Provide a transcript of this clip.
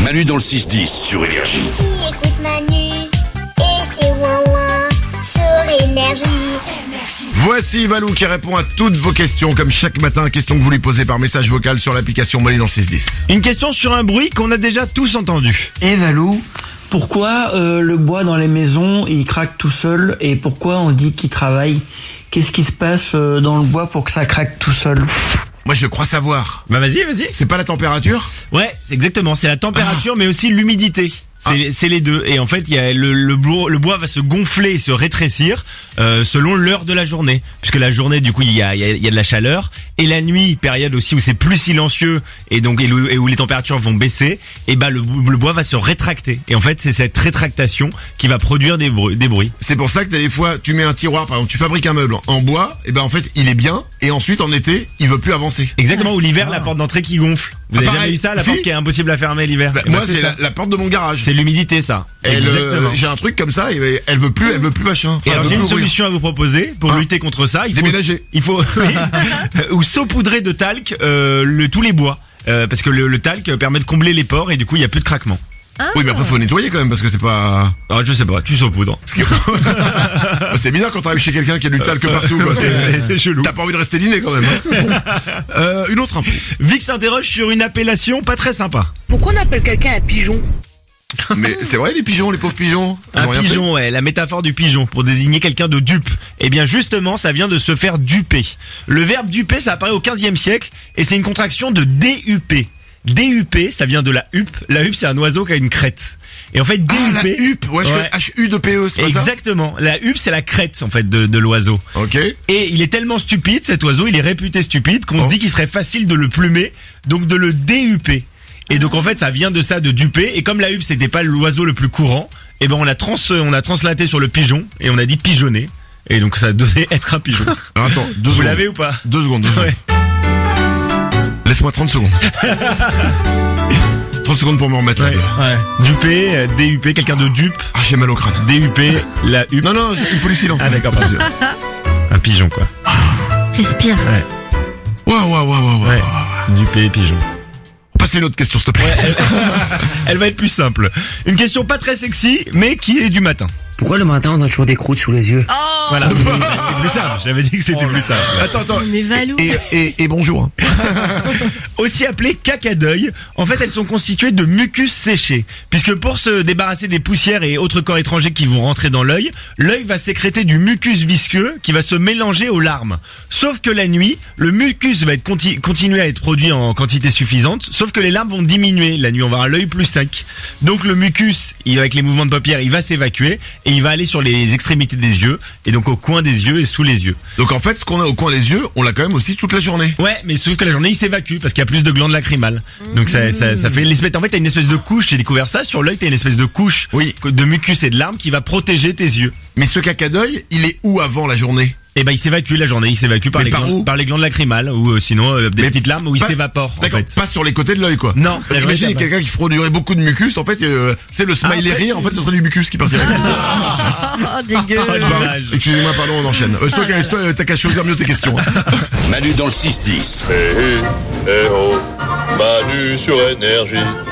Manu dans le 6-10 sur Énergie. Qui écoute Manu et c'est ouin sur Énergie. Voici Valou qui répond à toutes vos questions, comme chaque matin, question que vous lui posez par message vocal sur l'application Manu dans le 610. Une question sur un bruit qu'on a déjà tous entendu. Et Valou, pourquoi le bois dans les maisons il craque tout seul et pourquoi on dit qu'il travaille? Qu'est-ce qui se passe dans le bois pour que ça craque tout seul? Moi je crois savoir. Bah vas-y. C'est pas la température? Ouais, c'est exactement, c'est la température mais aussi l'humidité. C'est les deux. Et en fait, il y a le bois va se gonfler et se rétrécir selon l'heure de la journée. Puisque la journée, du coup, il y a de la chaleur. Et la nuit, période aussi où c'est plus silencieux et donc et où les températures vont baisser, et bah le bois va se rétracter. Et en fait, c'est cette rétractation qui va produire des bruits. C'est pour ça que t'as des fois, tu mets un tiroir, par exemple, tu fabriques un meuble en bois, et ben en fait, il est bien, et ensuite en été, il veut plus avancer. Exactement, ou l'hiver, la porte d'entrée qui gonfle. Vous avez jamais eu ça, la porte qui est impossible à fermer l'hiver? Moi, c'est la porte de mon garage. C'est l'humidité, ça. Exactement. J'ai un truc comme ça, et elle veut plus machin. Enfin, et alors j'ai une solution à vous proposer pour lutter contre ça. Déménager. Il faut ou saupoudrer de talc tous les bois, parce que le talc permet de combler les pores et du coup il y a plus de craquement. Oui, mais après faut nettoyer quand même parce que c'est pas. Ah, je sais pas, tu saupoudres. C'est bizarre quand t'arrives chez quelqu'un qui a du talc partout. Quoi. C'est chelou. T'as pas envie de rester dîner quand même. Hein. Une autre info. Vic s'interroge sur une appellation pas très sympa. Pourquoi on appelle quelqu'un un pigeon? Mais c'est vrai les pigeons, les pauvres pigeons. Un pigeon, ouais, la métaphore du pigeon pour désigner quelqu'un de dupe. Eh bien justement, ça vient de se faire duper. Le verbe duper, ça apparaît au 15e siècle et c'est une contraction de DUP. DUP, ça vient de la huppe. La huppe, c'est un oiseau qui a une crête. Et en fait, DUP... Ah, la huppe, ouais, H-U-2-P-E, c'est pas ça? Exactement. La huppe, c'est la crête, en fait, de l'oiseau. Ok. Et il est tellement stupide, cet oiseau, il est réputé stupide, qu'on dit qu'il serait facile de le plumer, donc de le DUP. Et donc, en fait, ça vient de ça, de duper. Et comme la huppe, c'était pas l'oiseau le plus courant, eh ben, on a translaté sur le pigeon, et on a dit pigeonner. Et donc, ça devait être un pigeon. Alors, attends, Vous l'avez ou pas? 2 secondes. Ouais. Laisse-moi 30 secondes. 30 secondes pour me remettre. Ouais. Dupé, DUP, quelqu'un de dupe. Ah, j'ai mal au crâne. DUP, la huppe. Non, il me faut du silence. Ah d'accord, pardon. Un pigeon, quoi. Respire. Ouais. Ouais. Dupé, pigeon. Passez une autre question, s'il te plaît. Elle va être plus simple. Une question pas très sexy, mais qui est du matin. Pourquoi le matin on a toujours des croûtes sous les yeux? Voilà. C'est plus simple. J'avais dit que c'était plus simple. Attends. Mais Valou. Et bonjour. Aussi appelées caca d'œil, en fait elles sont constituées de mucus séché. Puisque pour se débarrasser des poussières et autres corps étrangers qui vont rentrer dans l'œil va sécréter du mucus visqueux qui va se mélanger aux larmes. Sauf que la nuit, le mucus va être continuer à être produit en quantité suffisante, sauf que les larmes vont diminuer. La nuit on va avoir l'œil plus sec. Donc le mucus, avec les mouvements de paupières, il va s'évacuer et il va aller sur les extrémités des yeux et donc au coin des yeux et sous les yeux. Donc en fait ce qu'on a au coin des yeux, on l'a quand même aussi toute la journée. Ouais, mais sauf que la journée il s'évacue parce qu'il y a plus de glandes lacrymales. Donc ça fait l'espèce. En fait, t'as une espèce de couche. J'ai découvert ça sur l'œil. T'as une espèce de couche de mucus et de larmes qui va protéger tes yeux. Mais ce caca d'œil, il est où avant la journée? Eh ben, il s'évacue la journée. Il s'évacue par les glandes lacrymales ou sinon des petites larmes où il s'évapore. D'accord. En fait. Pas sur les côtés de l'œil, quoi. Non. Imagine quelqu'un qui produirait beaucoup de mucus. En fait, c'est le smiley rire. En fait, ce serait du mucus qui partirait. Oh, dégueu. Excusez-moi, pardon, on enchaîne. Toi, t'as qu'à choisir mieux tes questions. Manu dans le 6-10. Manu sur Énergie.